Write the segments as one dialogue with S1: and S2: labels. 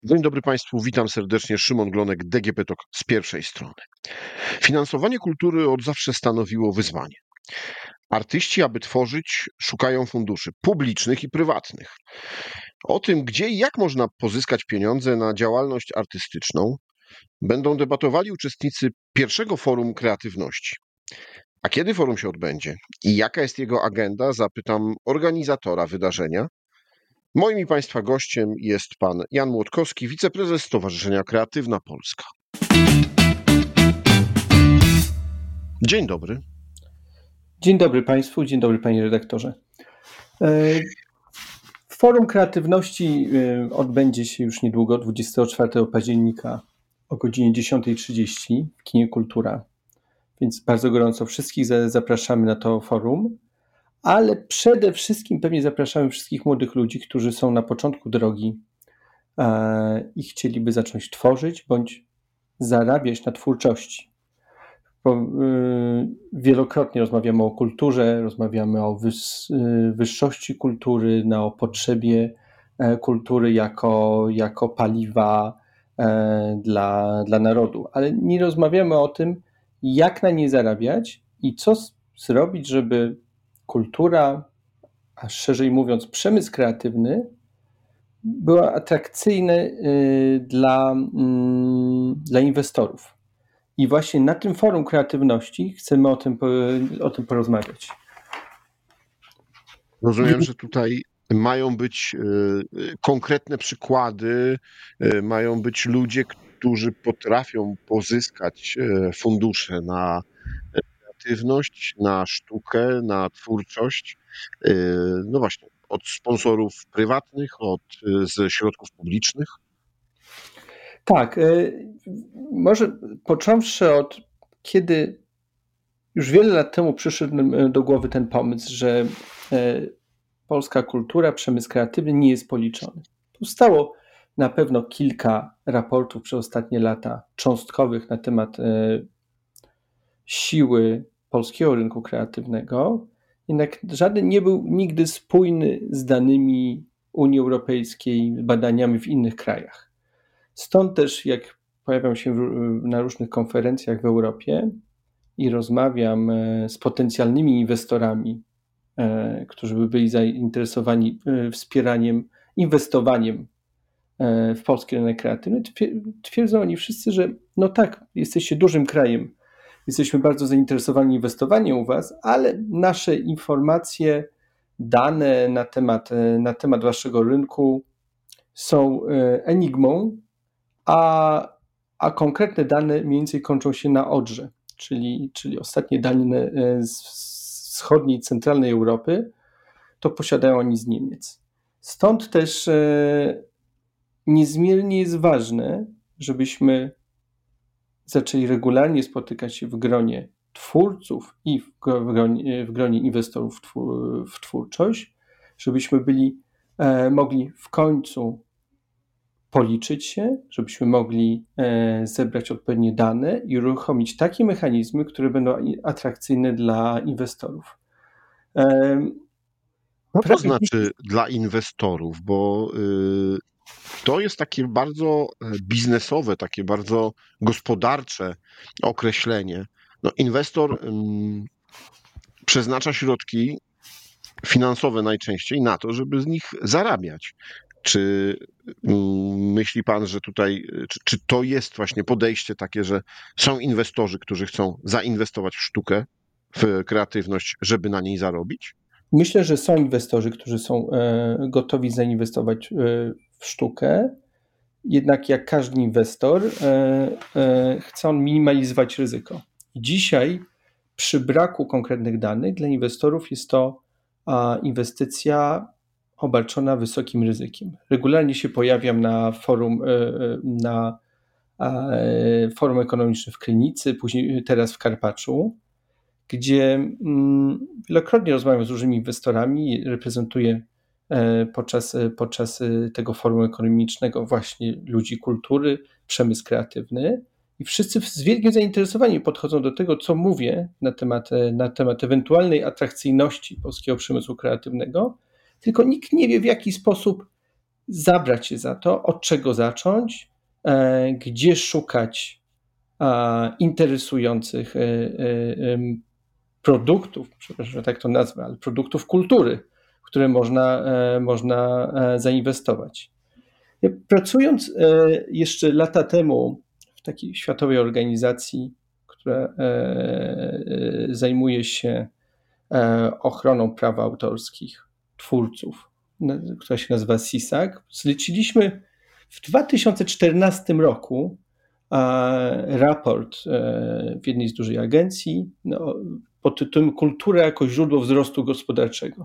S1: Dzień dobry Państwu, witam serdecznie. Szymon Glonek, DGP TOK z pierwszej strony. Finansowanie kultury od zawsze stanowiło wyzwanie. Artyści, aby tworzyć, szukają funduszy publicznych i prywatnych. O tym, gdzie i jak można pozyskać pieniądze na działalność artystyczną, będą debatowali uczestnicy pierwszego Forum Kreatywności. A kiedy forum się odbędzie i jaka jest jego agenda, zapytam organizatora wydarzenia. Moim i Państwa gościem jest pan Jan Młotkowski, wiceprezes Stowarzyszenia Kreatywna Polska. Dzień dobry.
S2: Dzień dobry Państwu, dzień dobry Panie redaktorze. Forum Kreatywności odbędzie się już niedługo, 24 października o godzinie 10:30 w Kinie Kultura, więc bardzo gorąco wszystkich zapraszamy na to forum, ale przede wszystkim pewnie zapraszamy wszystkich młodych ludzi, którzy są na początku drogi i chcieliby zacząć tworzyć bądź zarabiać na twórczości. Wielokrotnie rozmawiamy o kulturze, rozmawiamy o wyższości kultury, o potrzebie kultury jako paliwa dla narodu, ale nie rozmawiamy o tym, jak na niej zarabiać i co zrobić, żeby kultura, a szerzej mówiąc przemysł kreatywny, była atrakcyjny dla inwestorów. I właśnie na tym Forum Kreatywności chcemy o tym porozmawiać.
S1: Rozumiem, że tutaj mają być konkretne przykłady, mają być ludzie, którzy potrafią pozyskać fundusze na kreatywność, na sztukę, na twórczość. No właśnie, od sponsorów prywatnych, ze środków publicznych.
S2: Tak, może począwszy od kiedy już wiele lat temu przyszedł do głowy ten pomysł, że polska kultura, przemysł kreatywny nie jest policzony. Powstało na pewno kilka raportów przez ostatnie lata cząstkowych na temat siły polskiego rynku kreatywnego, jednak żaden nie był nigdy spójny z danymi Unii Europejskiej, badaniami w innych krajach. Stąd też, jak pojawiam się na różnych konferencjach w Europie i rozmawiam z potencjalnymi inwestorami, którzy by byli zainteresowani wspieraniem, inwestowaniem w polski rynek kreatywny, twierdzą oni wszyscy, że no tak, jesteście dużym krajem, jesteśmy bardzo zainteresowani inwestowaniem u was, ale nasze informacje, dane na temat waszego rynku są enigmą, a konkretne dane mniej więcej kończą się na Odrze, czyli ostatnie dane z wschodniej i centralnej Europy, to posiadają oni z Niemiec. Stąd też niezmiernie jest ważne, żebyśmy zaczęli regularnie spotykać się w gronie twórców i w gronie inwestorów w twórczość, żebyśmy mogli w końcu policzyć się, żebyśmy mogli zebrać odpowiednie dane i uruchomić takie mechanizmy, które będą atrakcyjne dla inwestorów.
S1: To znaczy dla inwestorów, bo to jest takie bardzo biznesowe, takie bardzo gospodarcze określenie. No, inwestor przeznacza środki finansowe najczęściej na to, żeby z nich zarabiać. Czy myśli pan, że tutaj, czy to jest właśnie podejście takie, że są inwestorzy, którzy chcą zainwestować w sztukę, w kreatywność, żeby na niej zarobić?
S2: Myślę, że są inwestorzy, którzy są gotowi zainwestować w sztukę, jednak jak każdy inwestor chce on minimalizować ryzyko. I dzisiaj przy braku konkretnych danych dla inwestorów jest to inwestycja obarczona wysokim ryzykiem. Regularnie się pojawiam na forum ekonomicznym w Krynicy, później teraz w Karpaczu, gdzie wielokrotnie rozmawiam z różnymi inwestorami, reprezentuję podczas tego forum ekonomicznego właśnie ludzi kultury, przemysł kreatywny i wszyscy z wielkim zainteresowaniem podchodzą do tego, co mówię na temat ewentualnej atrakcyjności polskiego przemysłu kreatywnego, tylko nikt nie wie, w jaki sposób zabrać się za to, od czego zacząć, gdzie szukać interesujących produktów, przepraszam, że tak to nazwę, ale produktów kultury, w które można zainwestować. Pracując jeszcze lata temu w takiej światowej organizacji, która zajmuje się ochroną praw autorskich twórców, która się nazywa CISAC, zleciliśmy w 2014 roku raport w jednej z dużych agencji pod tytułem Kultura jako źródło wzrostu gospodarczego.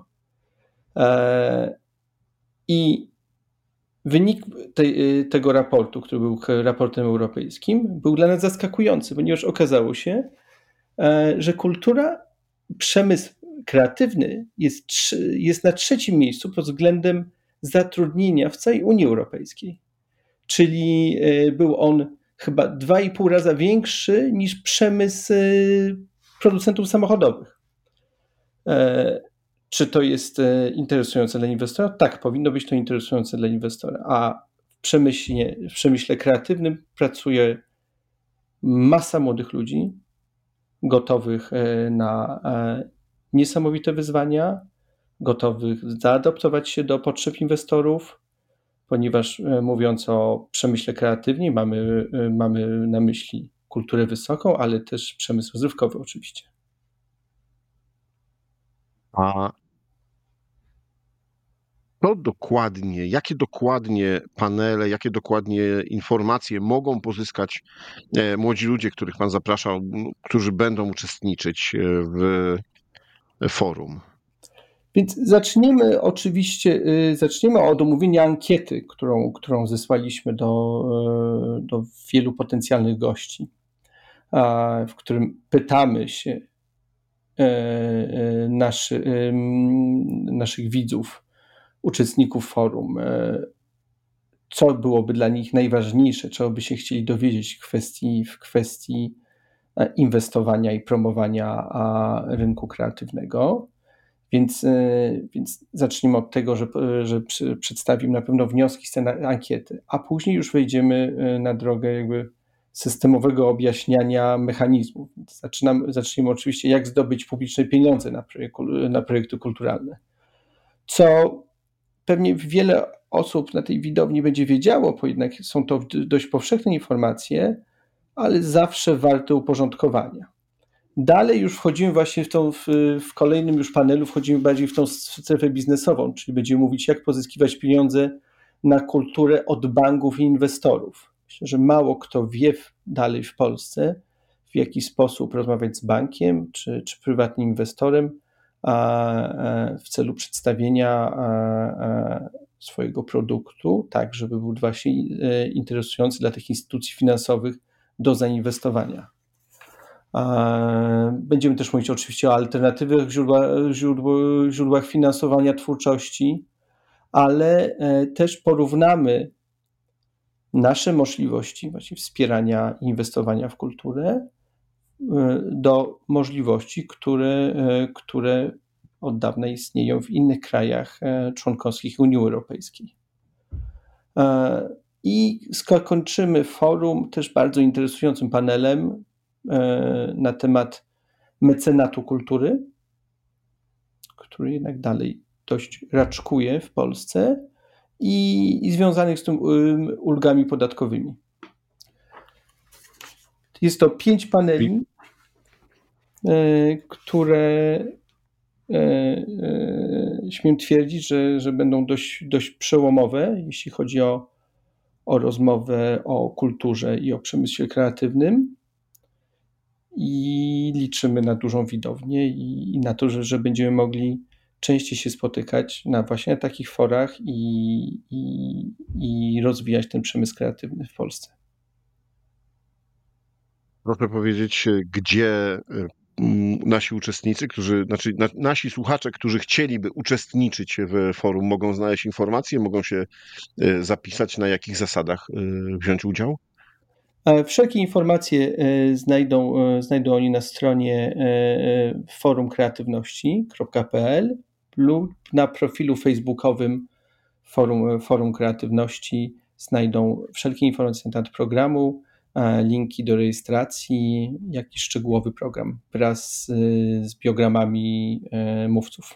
S2: I wynik tego raportu, który był raportem europejskim, był dla nas zaskakujący, ponieważ okazało się, że kultura, przemysł kreatywny jest na 3. miejscu pod względem zatrudnienia w całej Unii Europejskiej. Czyli był on chyba 2,5 raza większy niż przemysł producentów samochodowych. Czy to jest interesujące dla inwestora? Tak, powinno być to interesujące dla inwestora. A w przemyśle kreatywnym pracuje masa młodych ludzi, gotowych na niesamowite wyzwania, gotowych zaadaptować się do potrzeb inwestorów, ponieważ mówiąc o przemyśle kreatywnym, mamy na myśli kulturę wysoką, ale też przemysł rozrywkowy oczywiście.
S1: A jakie dokładnie panele, jakie dokładnie informacje mogą pozyskać młodzi ludzie, których pan zapraszał, którzy będą uczestniczyć w forum?
S2: Więc zacznijmy od omówienia ankiety, którą zesłaliśmy do wielu potencjalnych gości, w którym pytamy się naszych widzów, uczestników forum, co byłoby dla nich najważniejsze, czego by się chcieli dowiedzieć w kwestii inwestowania i promowania rynku kreatywnego. Więc zacznijmy od tego, że przedstawimy na pewno wnioski z tej ankiety, a później już wejdziemy na drogę jakby systemowego objaśniania mechanizmów. Zacznijmy oczywiście, jak zdobyć publiczne pieniądze na projekty kulturalne. Co pewnie wiele osób na tej widowni będzie wiedziało, bo jednak są to dość powszechne informacje, ale zawsze warte uporządkowania. Dalej już wchodzimy właśnie w kolejnym już panelu, wchodzimy bardziej w tą strefę biznesową, czyli będziemy mówić, jak pozyskiwać pieniądze na kulturę od banków i inwestorów. Myślę, że mało kto wie dalej w Polsce, w jaki sposób rozmawiać z bankiem czy prywatnym inwestorem w celu przedstawienia swojego produktu, tak żeby był właśnie interesujący dla tych instytucji finansowych do zainwestowania. Będziemy też mówić oczywiście o alternatywnych źródłach finansowania twórczości, ale też porównamy nasze możliwości właśnie wspierania i inwestowania w kulturę do możliwości, które od dawna istnieją w innych krajach członkowskich Unii Europejskiej. I skończymy forum też bardzo interesującym panelem na temat mecenatu kultury, który jednak dalej dość raczkuje w Polsce i związanych z tym ulgami podatkowymi. Jest to 5 paneli, które śmiem twierdzić, że będą dość przełomowe, jeśli chodzi o rozmowę o kulturze i o przemyśle kreatywnym. I liczymy na dużą widownię i na to, że będziemy mogli częściej się spotykać właśnie na takich forach i rozwijać ten przemysł kreatywny w Polsce.
S1: Proszę powiedzieć, gdzie nasi uczestnicy, nasi słuchacze, którzy chcieliby uczestniczyć w forum, mogą znaleźć informacje, mogą się zapisać, na jakich zasadach wziąć udział?
S2: Wszelkie informacje znajdą oni na stronie forumkreatywności.pl lub na profilu facebookowym forum kreatywności znajdą wszelkie informacje na temat programu, linki do rejestracji, jak i szczegółowy program wraz z biogramami mówców.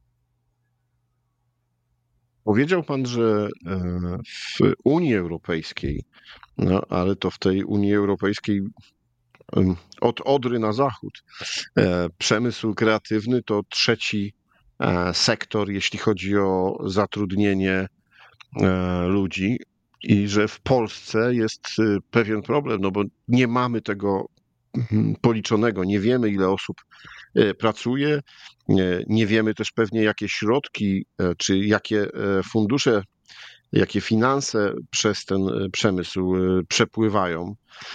S1: Powiedział pan, że w Unii Europejskiej, no ale to w tej Unii Europejskiej od Odry na zachód, przemysł kreatywny to trzeci sektor, jeśli chodzi o zatrudnienie ludzi i że w Polsce jest pewien problem, no bo nie mamy tego policzonego, nie wiemy ile osób pracuje, nie wiemy też pewnie jakie środki czy jakie fundusze, jakie finanse przez ten przemysł przepływają.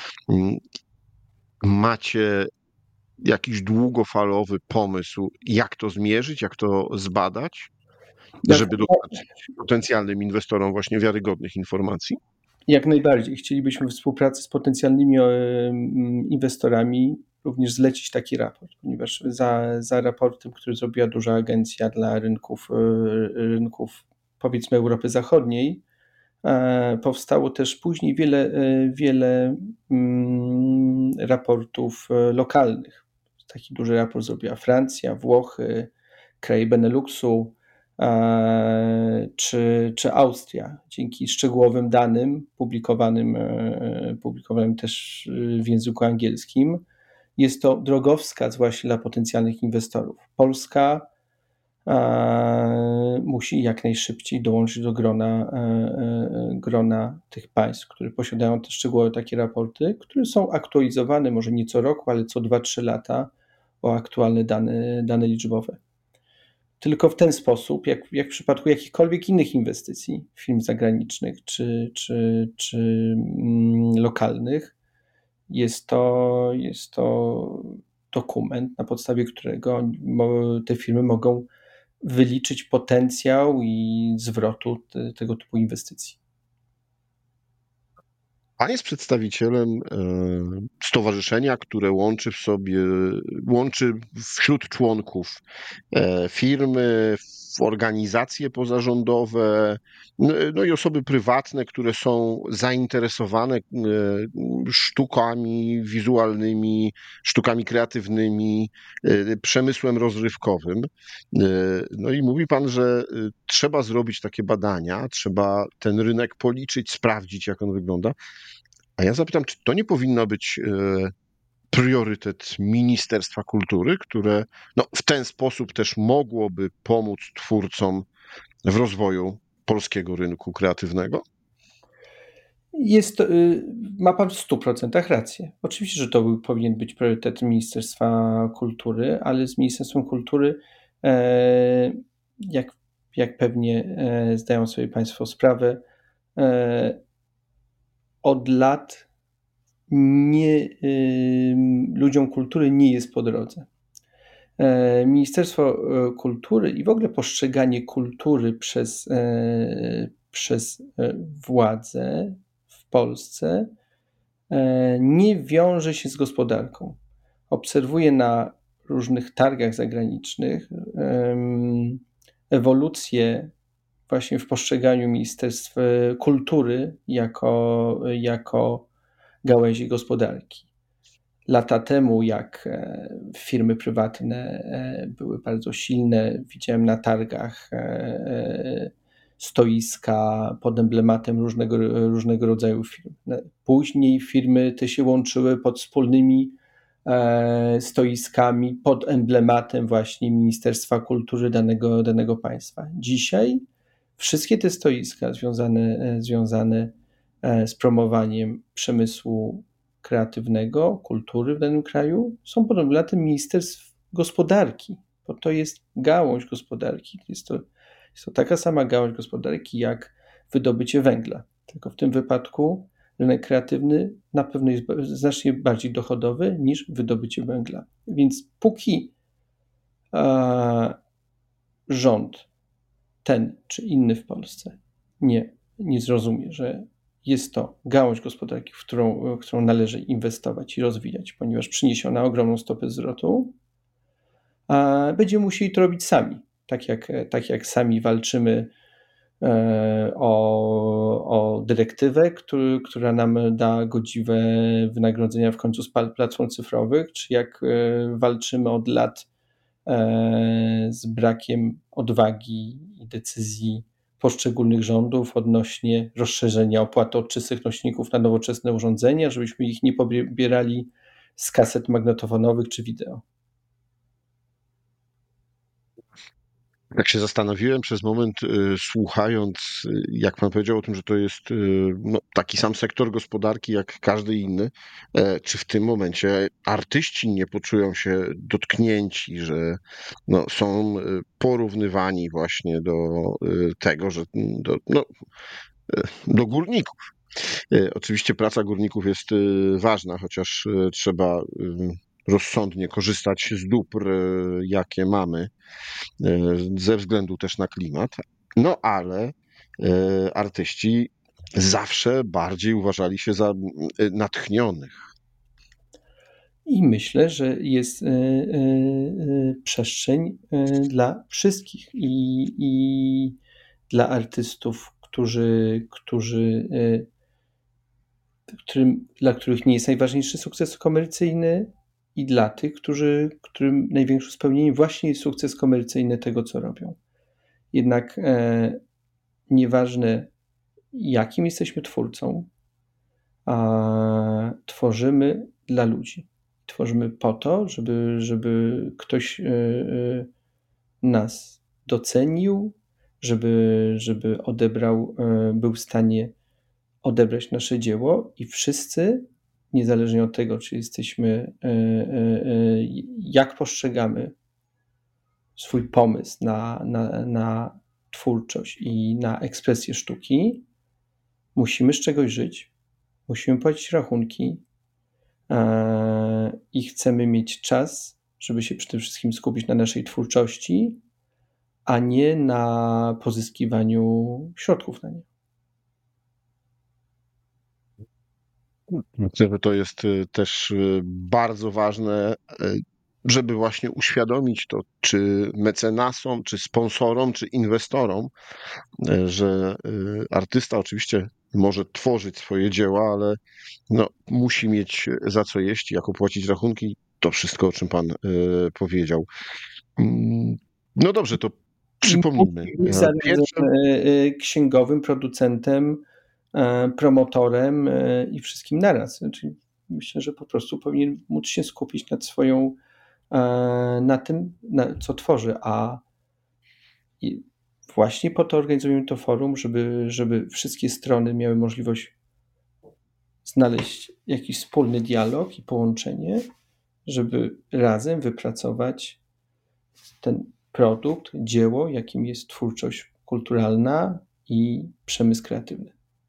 S1: Macie jakiś długofalowy pomysł, jak to zmierzyć, jak to zbadać, żeby dostarczyć potencjalnym inwestorom właśnie wiarygodnych informacji?
S2: Jak najbardziej. Chcielibyśmy w współpracy z potencjalnymi inwestorami również zlecić taki raport, ponieważ za raportem, który zrobiła duża agencja dla rynków powiedzmy Europy Zachodniej, powstało też później wiele raportów lokalnych. Taki duży raport zrobiła Francja, Włochy, kraje Beneluxu, czy Austria. Dzięki szczegółowym danym publikowanym też w języku angielskim. Jest to drogowskaz właśnie dla potencjalnych inwestorów. Polska musi jak najszybciej dołączyć do grona tych państw, które posiadają te szczegółowe takie raporty, które są aktualizowane może nie co roku, ale co 2-3 lata o aktualne dane liczbowe. Tylko w ten sposób, jak w przypadku jakichkolwiek innych inwestycji, firm zagranicznych czy lokalnych, jest to dokument, na podstawie którego te firmy mogą wyliczyć potencjał i zwrotu tego typu inwestycji.
S1: Pan jest przedstawicielem stowarzyszenia, które łączy wśród członków firmy, organizacje pozarządowe, no i osoby prywatne, które są zainteresowane sztukami wizualnymi, sztukami kreatywnymi, przemysłem rozrywkowym. No i mówi pan, że trzeba zrobić takie badania, trzeba ten rynek policzyć, sprawdzić, jak on wygląda. A ja zapytam, czy to nie powinno być priorytet Ministerstwa Kultury, które w ten sposób też mogłoby pomóc twórcom w rozwoju polskiego rynku kreatywnego?
S2: Ma pan w 100% rację. Oczywiście, że to powinien być priorytet Ministerstwa Kultury, ale z Ministerstwem Kultury, jak pewnie zdają sobie państwo sprawę, od lat ludziom kultury nie jest po drodze. Ministerstwo Kultury i w ogóle postrzeganie kultury przez władze w Polsce nie wiąże się z gospodarką. Obserwuję na różnych targach zagranicznych ewolucję właśnie w postrzeganiu Ministerstwa Kultury jako gałęzi gospodarki. Lata temu, jak firmy prywatne były bardzo silne, widziałem na targach stoiska pod emblematem różnego rodzaju firm. Później firmy te się łączyły pod wspólnymi stoiskami, pod emblematem właśnie Ministerstwa Kultury danego państwa. Dzisiaj wszystkie te stoiska związane z promowaniem przemysłu kreatywnego, kultury w danym kraju są pod emblematem Ministerstw Gospodarki, bo to jest gałąź gospodarki. Jest to taka sama gałąź gospodarki jak wydobycie węgla. Tylko w tym wypadku rynek kreatywny na pewno jest znacznie bardziej dochodowy niż wydobycie węgla. Więc póki rząd ten czy inny w Polsce nie zrozumie, że jest to gałąź gospodarki, w którą należy inwestować i rozwijać, ponieważ przyniesie ona ogromną stopę zwrotu, a będziemy musieli to robić sami. Tak jak sami walczymy o dyrektywę, która nam da godziwe wynagrodzenia w końcu z platform cyfrowych, czy jak walczymy od lat z brakiem odwagi i decyzji poszczególnych rządów odnośnie rozszerzenia opłaty od czystych nośników na nowoczesne urządzenia, żebyśmy ich nie pobierali z kaset magnetofonowych czy wideo.
S1: Tak się zastanowiłem przez moment, słuchając, jak pan powiedział o tym, że to jest taki sam sektor gospodarki jak każdy inny. Czy w tym momencie artyści nie poczują się dotknięci, że są porównywani właśnie do tego, że do górników? Oczywiście praca górników jest ważna, chociaż trzeba rozsądnie korzystać z dóbr, jakie mamy, ze względu też na klimat. No ale artyści zawsze bardziej uważali się za natchnionych.
S2: I myślę, że jest przestrzeń dla wszystkich i dla artystów, dla których nie jest najważniejszy sukces komercyjny, i dla tych, którym największym spełnieniem właśnie jest sukces komercyjny tego, co robią. Jednak nieważne, jakim jesteśmy twórcą, tworzymy dla ludzi. Tworzymy po to, żeby ktoś nas docenił, żeby odebrał, był w stanie odebrać nasze dzieło, i wszyscy, niezależnie od tego, czy jesteśmy, jak postrzegamy swój pomysł na twórczość i na ekspresję sztuki, musimy z czegoś żyć, musimy płacić rachunki i chcemy mieć czas, żeby się przede wszystkim skupić na naszej twórczości, a nie na pozyskiwaniu środków na nie.
S1: Myślę, że to jest też bardzo ważne, żeby właśnie uświadomić to, czy mecenasom, czy sponsorom, czy inwestorom, że artysta oczywiście może tworzyć swoje dzieła, ale musi mieć za co jeść, jak opłacić rachunki, to wszystko, o czym pan powiedział. No dobrze, to przypomnijmy.
S2: Zarazem księgowym, producentem, promotorem i wszystkim naraz. Czyli myślę, że po prostu powinien móc się skupić na tym, co tworzy, a właśnie po to organizujemy to forum, żeby wszystkie strony miały możliwość znaleźć jakiś wspólny dialog i połączenie, żeby razem wypracować ten produkt, dzieło, jakim jest twórczość kulturalna i przemysł kreatywny.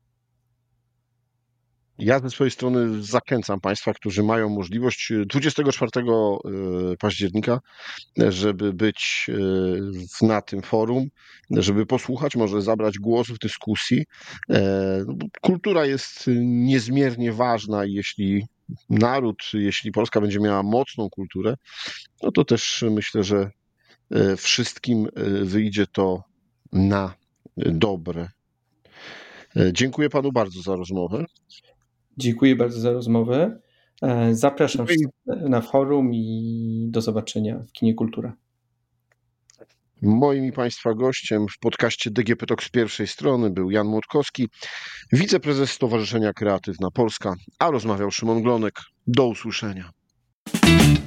S1: Ja ze swojej strony zachęcam Państwa, którzy mają możliwość 24 października, żeby być na tym forum, żeby posłuchać, może zabrać głos w dyskusji. Kultura jest niezmiernie ważna i jeśli Polska będzie miała mocną kulturę, to też myślę, że wszystkim wyjdzie to na dobre. Dziękuję panu bardzo za rozmowę.
S2: Dziękuję bardzo za rozmowę. Zapraszam na forum i do zobaczenia w Kinie Kultura.
S1: Moim i Państwa gościem w podcaście DGP Talk z pierwszej strony był Jan Młotkowski, wiceprezes Stowarzyszenia Kreatywna Polska, a rozmawiał Szymon Glonek. Do usłyszenia.